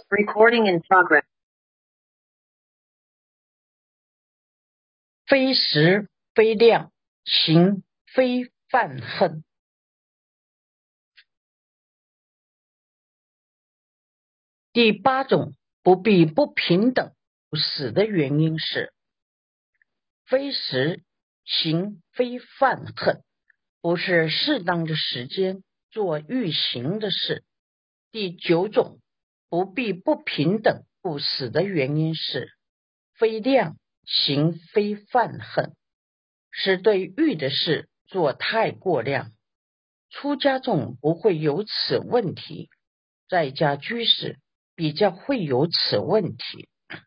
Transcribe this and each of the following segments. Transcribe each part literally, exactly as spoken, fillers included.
Recording in progress. 非时非量，行非犯恨。第八种不必不平等死的原因是非时行非犯恨，不是适当的时间做欲行的事。第九种不必不平等不死的原因是非量行非犯恨，是对欲的事做太过量。出家众不会有此问题，在家居士比较会有此问题。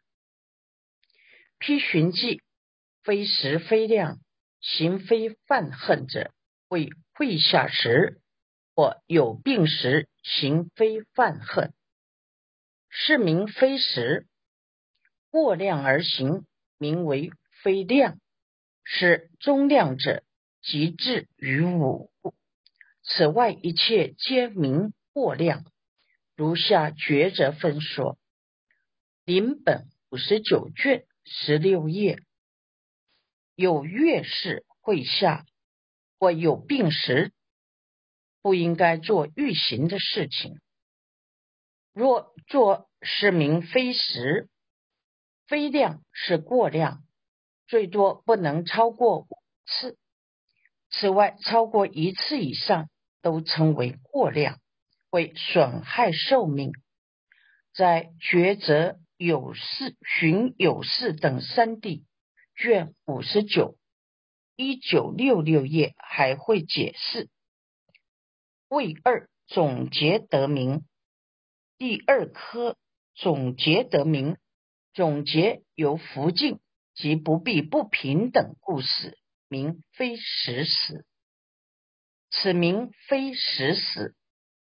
批寻记非时非量行非犯恨者，为会下时或有病时行非犯恨，是名非时。过量而行，名为非量，是中量者，即至于无。此外一切皆名过量。如下抉择分说，临本五十九卷十六页，有月事会下或有病时，不应该做欲行的事情。若做是名非时，非量是过量，最多不能超过五次。此外，超过一次以上都称为过量，会损害寿命。在抉择有事寻有事等三地卷五十九一九六六页还会解释。为二总结得名，第二科总结得名，总结由福尽及不必不平等故死，名非时死。此名非时死。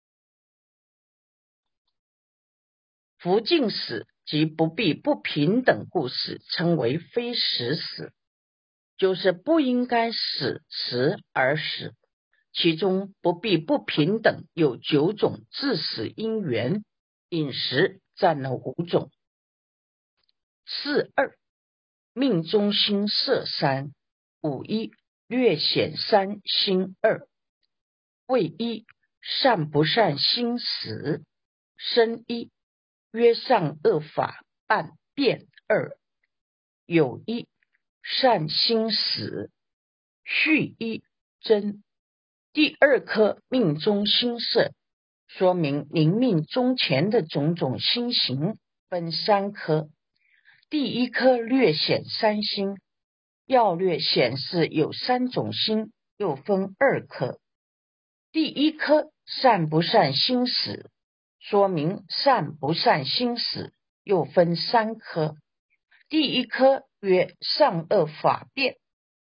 福尽死及不必不平等故死称为非时死，就是不应该死时而死。其中不必不平等有九种致死因缘，饮食占了五种。四二命中心色三，五一略显三心二，为一善不善心死，生一约善恶法半变二，有一善心死，续一真。第二颗命中心色，说明临命终前的种种心行分三颗。第一颗略显三心，要略显示有三种心，又分二颗。第一颗善不善心死，说明善不善心死，又分三颗。第一颗曰善恶法变，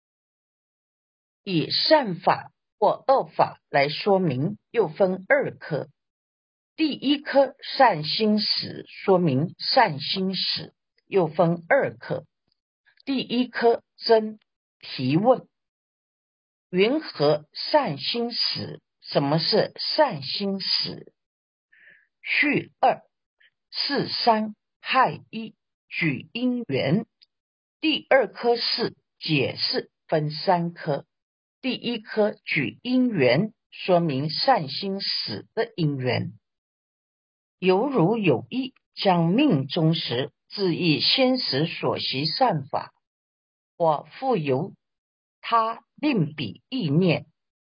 以善法或恶法来说明，又分二颗。第一颗善心死，说明善心死，又分二颗。第一颗真提问，云何善心死？什么是善心死？序二是三害一举因缘。第二颗是解释分三颗。第一颗举因缘，说明善心死的因缘。犹如有意将命终时自意先时所习善法，或复由他另彼意念。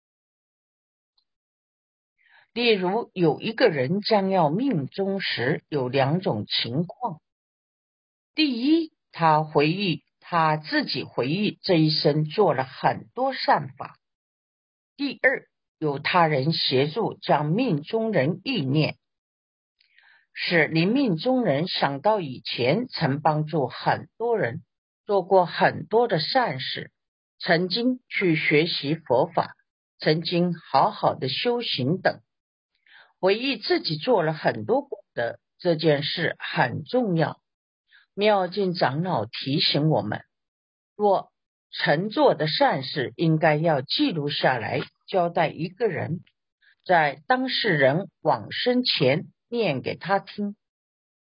例如有一个人将要命终时，有两种情况。第一，他回忆他自己回忆这一生做了很多善法。第二，有他人协助将命中人意念，使临命中人想到以前曾帮助很多人，做过很多的善事，曾经去学习佛法，曾经好好的修行等，回忆自己做了很多功德，这件事很重要。妙净长老提醒我们，若曾做的善事应该要记录下来，交代一个人，在当事人往生前念给他听。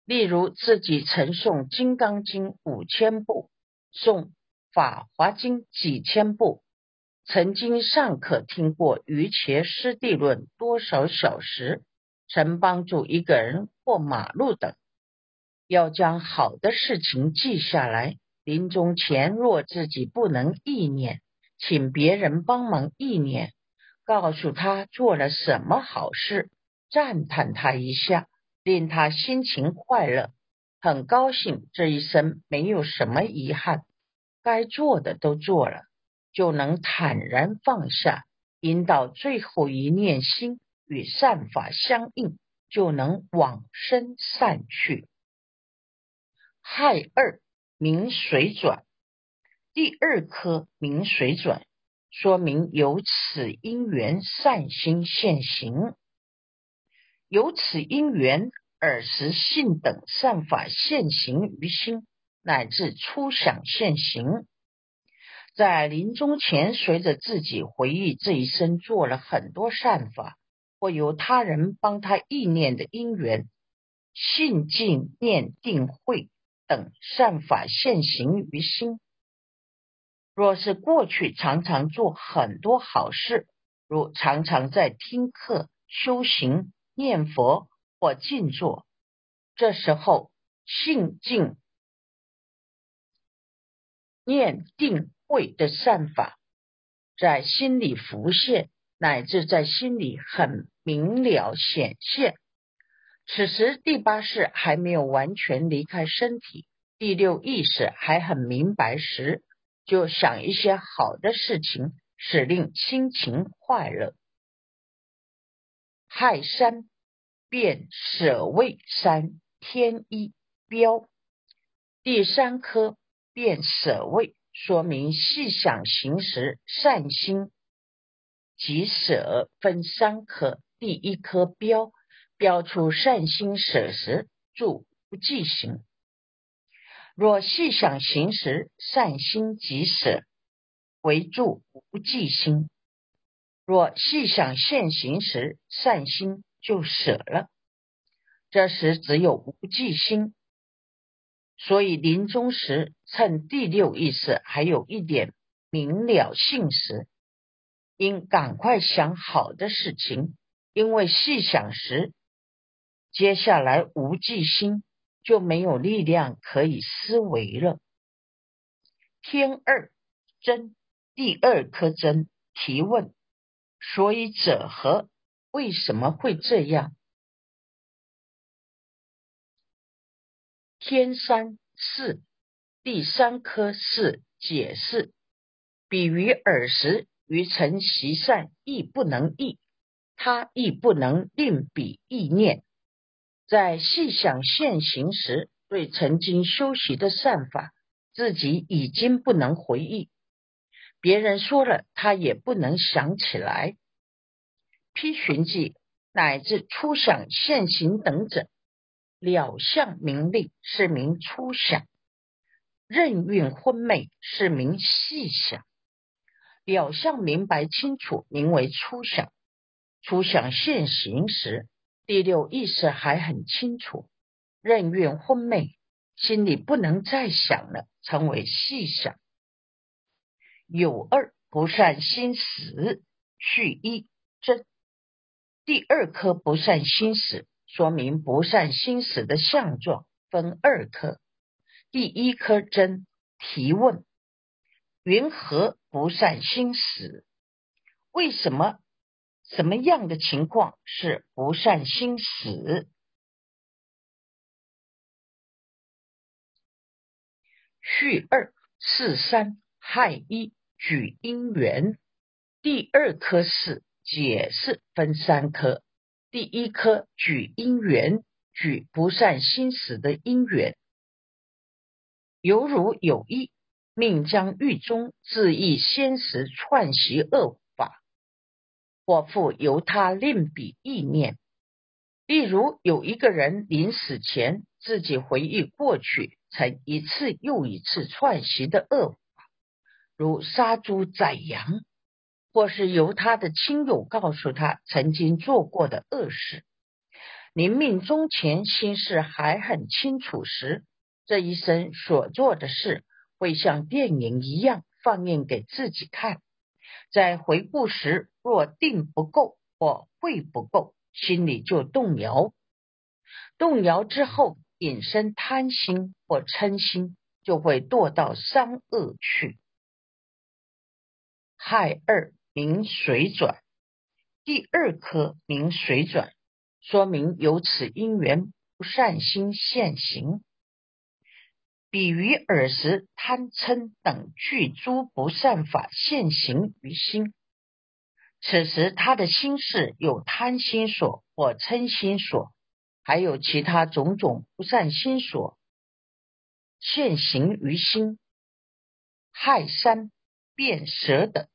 例如自己曾诵《金刚经》五千部，诵《法华经》几千部，曾经上课听过《瑜伽师地论》多少小时，曾帮助一个人过马路等。要将好的事情记下来，临终前若自己不能意念，请别人帮忙意念，告诉他做了什么好事，赞叹他一下，令他心情快乐，很高兴这一生没有什么遗憾，该做的都做了，就能坦然放下，引导最后一念心与善法相应，就能往生散去。亥二明水转，第二颗明水转，说明有此因缘善心现行，有此因缘尔时性等善法现行于心，乃至初想现行。在临终前，随着自己回忆这一生做了很多善法，或由他人帮他意念的因缘，信净念定慧等善法现行于心。若是过去常常做很多好事，如常常在听课、修行、念佛或静坐，这时候信净念定慧的善法在心里浮现，乃至在心里很明了显现。此时第八识还没有完全离开身体，第六意识还很明白时，就想一些好的事情，使令心情快乐。亥三变舍卫三天一标，第三颗变舍卫，说明细想行识善心及舍分三颗，第一颗标标出善心舍时住不记行。若细想行识善心即舍为住无记心，若细想现行时善心就舍了，这时只有无记心。所以临终时趁第六意识还有一点明了性时，应赶快想好的事情，因为细想时接下来无记心，就没有力量可以思维了。天二真，第二颗真，提问，所以者何？为什么会这样？天三四，第三颗是解释，比于尔时于成习善亦不能益，他亦不能令彼意念。在细想现行时，对曾经修习的善法，自己已经不能回忆，别人说了他也不能想起来。批寻记乃至初想现行等者，了相明利是名初想，任运昏昧是名细想。了相明白清楚名为初想，初想现行时，第六意识还很清楚，任运昏昧，心里不能再想了，称为细想。有二不善心死，续一真。第二颗不善心死，说明不善心死的相状分二颗。第一颗真，提问，云何不善心死？为什么什么样的情况是不善心死？续二四三亥一举因缘。第二颗是解释分三颗，第一颗举因缘，举不善心死的因缘，犹如有意命将狱中自意先时串习恶法，或复由他令彼意念。例如有一个人临死前自己回忆过去曾一次又一次串习的恶法，如杀猪宰羊，或是由他的亲友告诉他曾经做过的恶事， 临命终前心事还很清楚时，这一生所做的事会像电影一样放映给自己看。在回顾时，若定不够或会不够，心里就动摇。动摇之后，引生贪心或嗔心，就会堕到三恶去。亥二名水转，第二颗名水转，说明有此因缘，不善心现行。比于尔时贪嗔等具诸不善法现行于心，此时他的心事有贪心所或嗔心所，还有其他种种不善心所现行于心。亥三变舍等，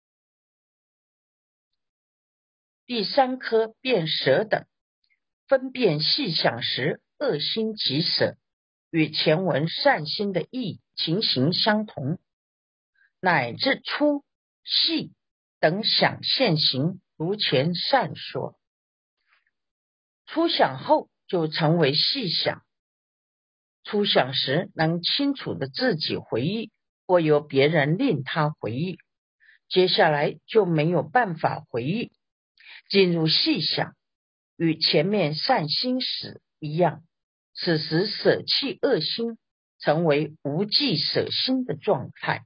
第三颗变舍等，分辨细想时恶心即舍，与前文善心的意情形相同，乃至粗细等想现行，如前善说。初想后就成为细想，初想时能清楚的自己回忆，或由别人令他回忆，接下来就没有办法回忆。进入细想，与前面善心时一样，此时舍弃恶心，成为无记舍心的状态。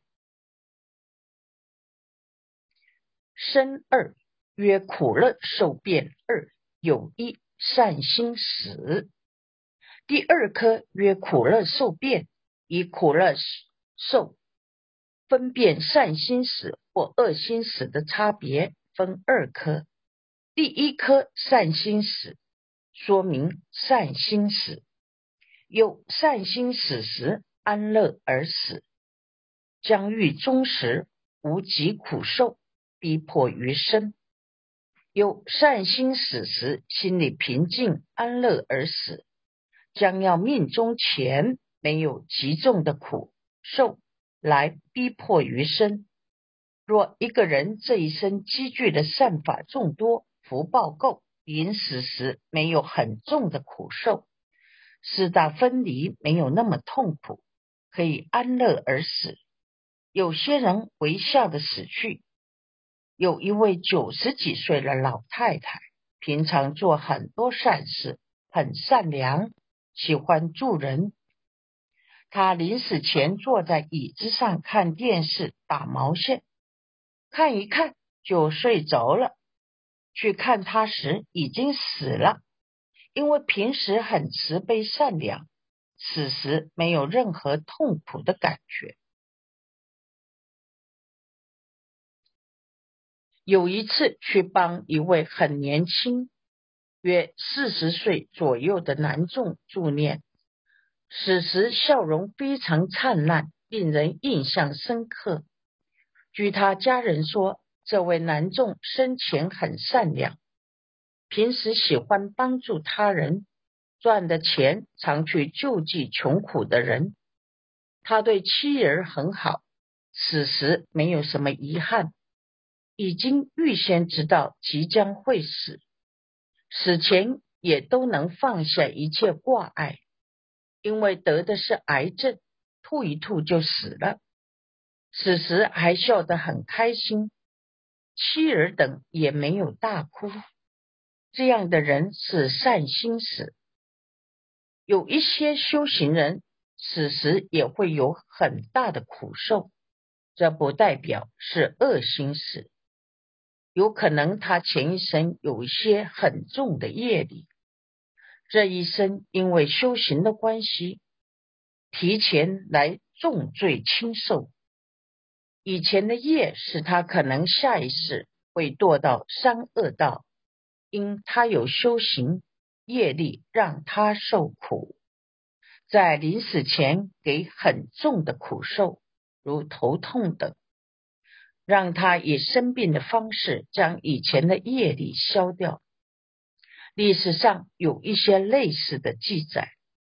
生二曰苦乐受变二，有一善心死。第二颗曰苦乐受变，以苦乐受分辨善心死或恶心死的差别分二颗。第一颗善心死，说明善心死，有善心死时安乐而死，将欲终时无疾苦受，逼迫于身；有善心死时心里平静安乐而死，将要命终前没有极重的苦受来逼迫于身。若一个人这一生积聚的善法众多，福报够，临死时没有很重的苦受，四大分离没有那么痛苦，可以安乐而死。有些人微笑的死去。有一位九十几岁的老太太，平常做很多善事，很善良，喜欢助人。她临死前坐在椅子上看电视打毛线，看一看就睡着了。去看她时已经死了，因为平时很慈悲善良，此时没有任何痛苦的感觉。有一次去帮一位很年轻约四十岁左右的男众助念，此时笑容非常灿烂，令人印象深刻。据他家人说，这位男众生前很善良，平时喜欢帮助他人，赚的钱常去救济穷苦的人。他对妻儿很好，此时没有什么遗憾，已经预先知道即将会死，死前也都能放下一切挂碍，因为得的是癌症，吐一吐就死了。此时还笑得很开心，妻儿等也没有大哭。这样的人是善心死。有一些修行人此时也会有很大的苦受，这不代表是恶心死，有可能他前一生有一些很重的业力，这一生因为修行的关系，提前来重罪轻受。以前的业使他可能下一世会堕到三恶道，因他有修行，业力让他受苦，在临死前给很重的苦受，如头痛等，让他以生病的方式将以前的业力消掉。历史上有一些类似的记载，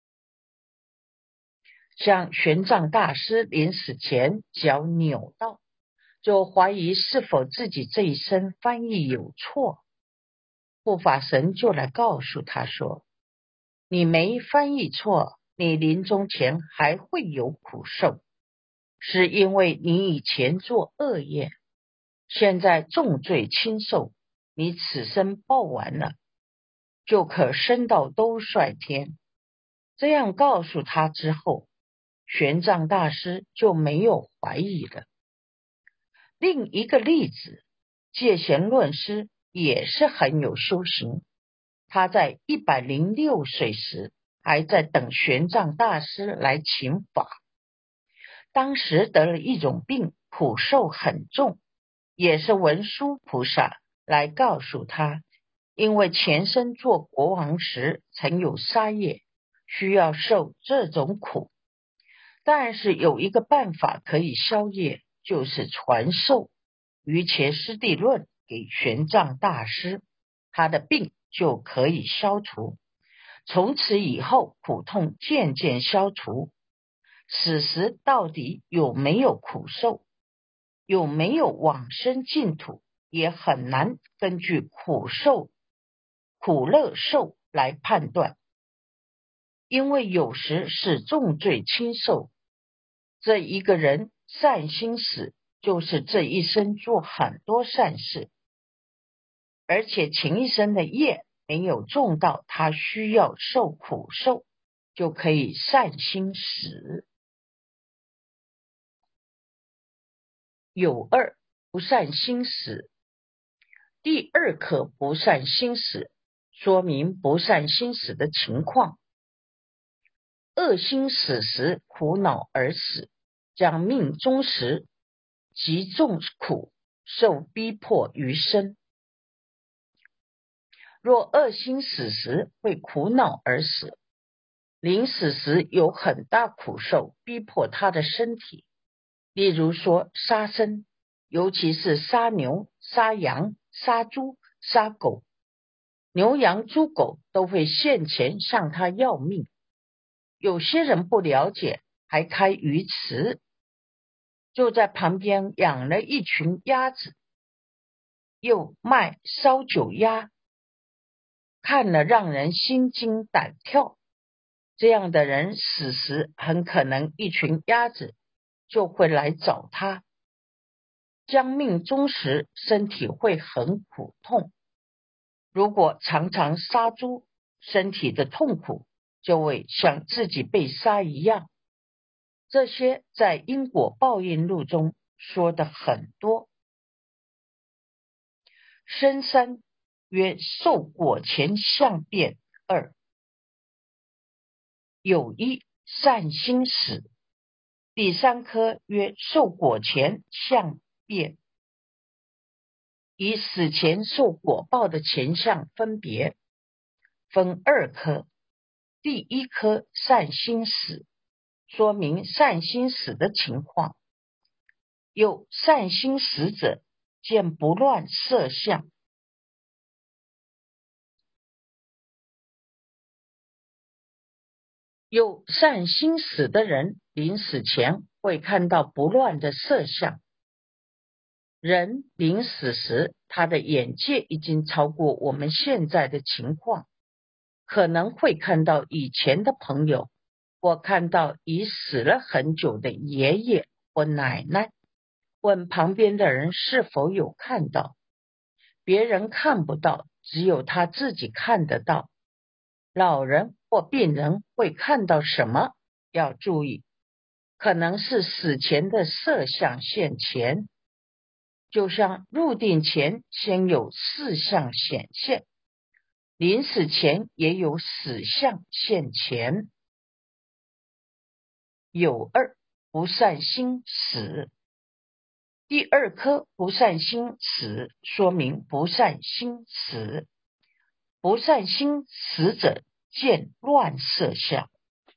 像玄奘大师临死前脚扭到，就怀疑是否自己这一生翻译有错， 护法神就来告诉他说，你没翻译错，你临终前还会有苦受，是因为你以前做恶业，现在重罪轻受，你此生报完了，就可升到兜率天。这样告诉他之后，玄奘大师就没有怀疑了。另一个例子，戒贤论师也是很有修行，他在一百零六岁时还在等玄奘大师来请法，当时得了一种病，苦受很重，也是文殊菩萨来告诉他，因为前生做国王时曾有杀业，需要受这种苦，但是有一个办法可以消业，就是传授瑜伽师地论给玄奘大师，他的病就可以消除，从此以后苦痛渐渐消除。此时到底有没有苦受，有没有往生净土，也很难根据苦受苦乐受来判断，因为有时是重罪轻受。这一个人善心死，就是这一生做很多善事，而且前一生的业没有重到他需要受苦受，就可以善心死。有二不善心死，第二颗不善心死，说明不善心死的情况。恶心死时苦恼而死，将命终时极重苦，受逼迫余生。若恶心死时会苦恼而死，临死时有很大苦受逼迫他的身体，例如说杀生，尤其是杀牛、杀羊、杀猪、杀狗，牛羊猪狗都会现前向他要命。有些人不了解，还开鱼池，就在旁边养了一群鸭子，又卖烧酒鸭，看了让人心惊胆跳。这样的人死时很可能一群鸭子就会来找他，将命终时身体会很苦痛。如果常常杀猪，身体的痛苦就会像自己被杀一样。这些在因果报应录中说的很多。生三曰受果前相变二，有一善心死。第三科曰受果前相变，以死前受果报的前相分别，分二科。第一科善心死，说明善心死的情况。有善心死者，见不乱色相。有善心死的人，临死前会看到不乱的色相。人临死时，他的眼界已经超过我们现在的情况，可能会看到以前的朋友，或看到已死了很久的爷爷或奶奶，问旁边的人是否有看到。别人看不到，只有他自己看得到。老人或病人会看到什么？要注意，可能是死前的色相现前，就像入定前先有四相显现，临死前也有死相现前。有二不善心死，第二颗不善心死，说明不善心死。不善心死者见乱色相。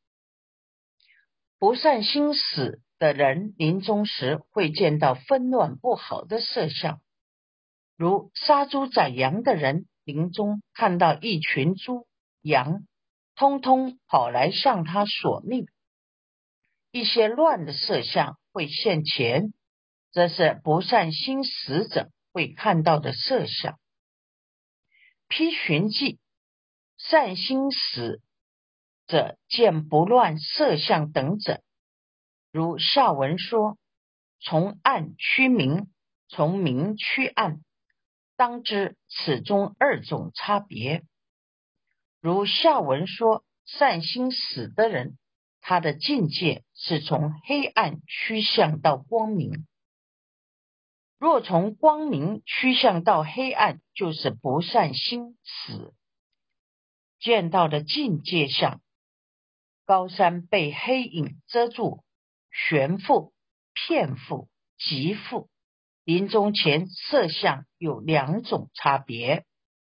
不善心死的人临终时会见到纷乱不好的色相，如杀猪宰羊的人临终看到一群猪羊通通跑来向他索命，一些乱的色相会现前，这是不善心死者会看到的色相。 披寻记，善心死者见不乱色相等者，如下文说，从暗趋明，从明趋暗，当知此中二种差别。如下文说，善心死的人，他的境界是从黑暗趋向到光明，若从光明趋向到黑暗，就是不善心死。见到的境界像高山被黑影遮住，悬浮、骗浮、极浮，临终前色相有两种差别。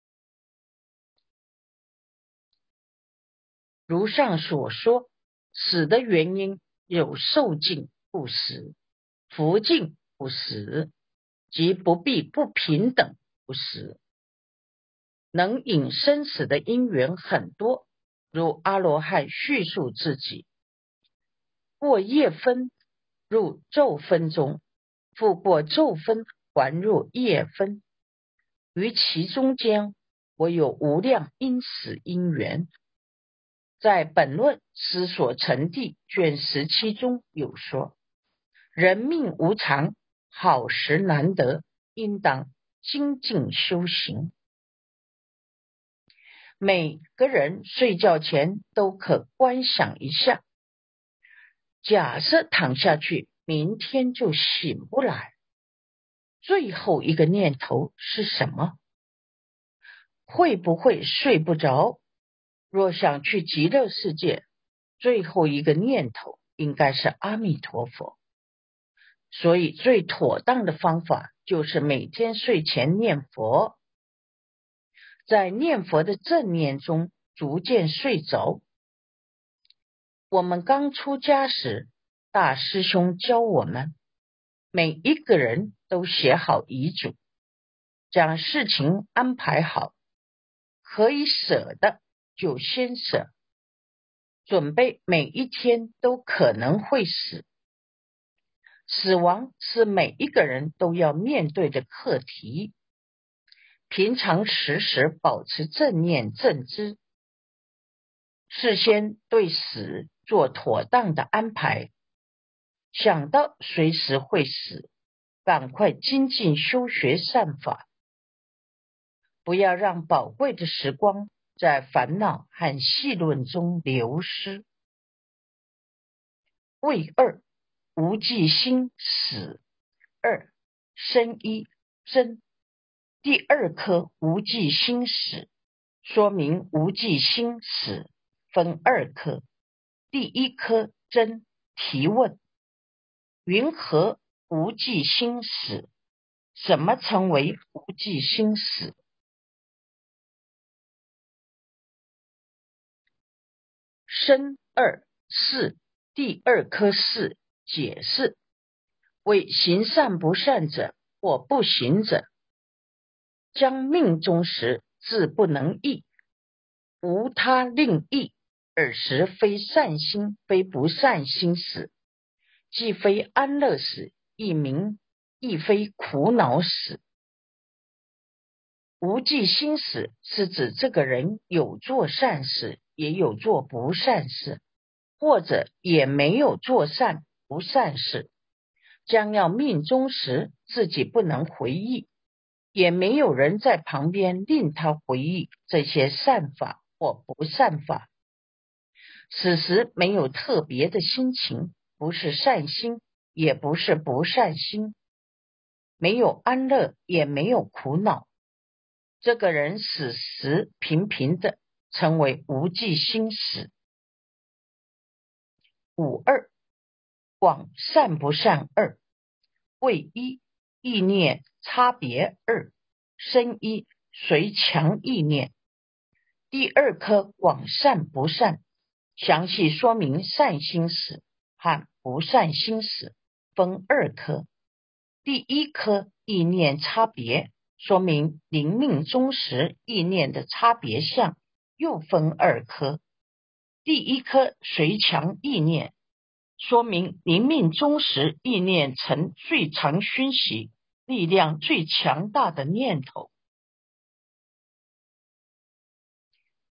如上所说，死的原因有受尽不死、福尽不死及不必不平等不死。能引生死的因缘很多，如阿罗汉叙述自己过夜分入昼分中，复过昼分还入夜分，于其中间我有无量因死因缘。在本论思索成地卷十七中有说，人命无常，好时难得，应当精进修行。每个人睡觉前都可观想一下，假设躺下去明天就醒不来，最后一个念头是什么？会不会睡不着？若想去极乐世界，最后一个念头应该是阿弥陀佛。所以最妥当的方法就是每天睡前念佛，在念佛的正念中逐渐睡着。我们刚出家时，大师兄教我们，每一个人都写好遗嘱，将事情安排好，可以舍的就先舍，准备每一天都可能会死。死亡是每一个人都要面对的课题，平常时时保持正念正知，事先对死做妥当的安排，想到随时会死，赶快精进修学善法，不要让宝贵的时光在烦恼和戏论中流失。为二，无记心死。二，生一真。第二颗无记心死，说明无记心死分二颗。第一颗真，提问：云何无记心死？什么称为无记心死？生二是第二颗是解释，为行善不善者或不行者，将命终时自不能益，无他令益，尔时非善心非不善心死，既非安乐死，亦名亦非苦恼死。无记心死是指这个人有做善事，也有做不善事，或者也没有做善不善事，将要命终时自己不能回忆，也没有人在旁边令他回忆这些善法或不善法，此时没有特别的心情，不是善心也不是不善心，没有安乐也没有苦恼，这个人死时平平的，称为无记心死。五二，广善不善二。为一，意念差别二，生一，随强意念。第二颗广善不善，详细说明善心死和不善心死分二颗。第一颗意念差别，说明临命终时意念的差别相，又分二颗。第一颗随强意念，说明临命终时意念成最常熏习、力量最强大的念头。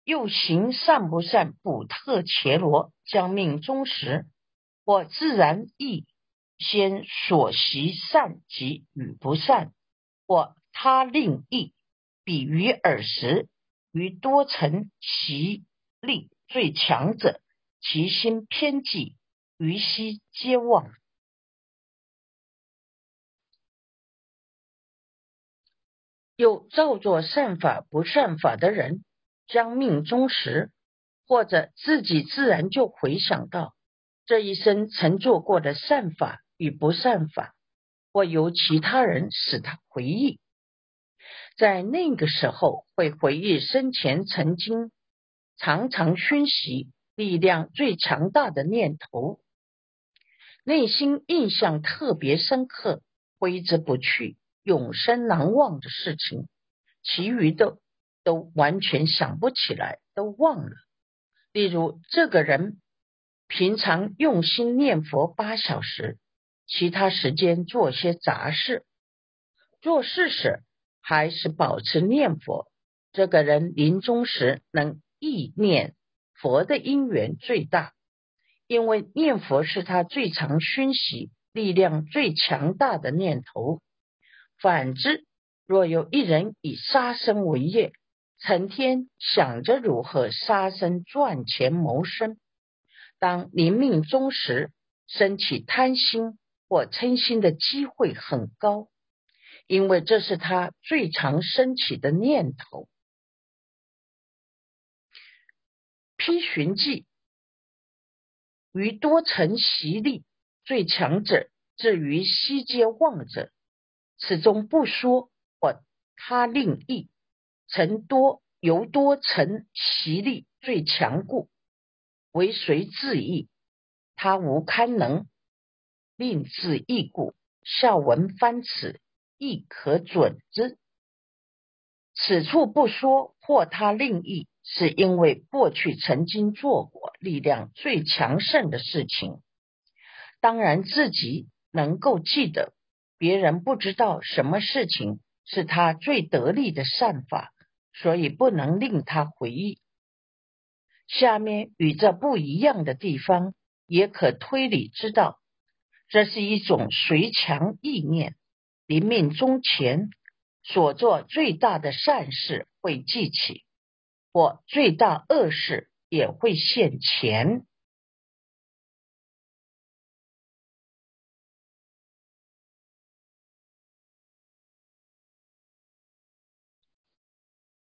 又行善不善补特伽罗，将命终时，或自然意先所习善及与不善，或他令意比于尔时，于多成习力最强者，其心偏激，于悉皆忘。又照作善法不善法的人，将命终时，或者自己自然就回想到这一生曾做过的善法与不善法，或由其他人使他回忆，在那个时候会回忆生前曾经常常熏习力量最强大的念头，内心印象特别深刻，挥之不去，永生难忘的事情，其余的都完全想不起来，都忘了。例如这个人平常用心念佛八小时，其他时间做些杂事，做事时还是保持念佛，这个人临终时能忆念佛的因缘最大，因为念佛是他最常熏习力量最强大的念头。反之，若有一人以杀生为业，成天想着如何杀生赚钱谋生，当临命终时，生起贪心或嗔心的机会很高，因为这是他最常升起的念头。批寻记于多成习力最强者，至于悉皆忘者，此中不说或他令意，曾多由多成习力最强故，为随自意，他无堪能令自意故，下文翻此亦可准之。此处不说或他令意，是因为过去曾经做过力量最强盛的事情，当然自己能够记得，别人不知道什么事情是他最得力的善法，所以不能令他回忆。下面与这不一样的地方，也可推理知道，这是一种随强意念，临命终前所做最大的善事会记起，或最大恶事也会现前。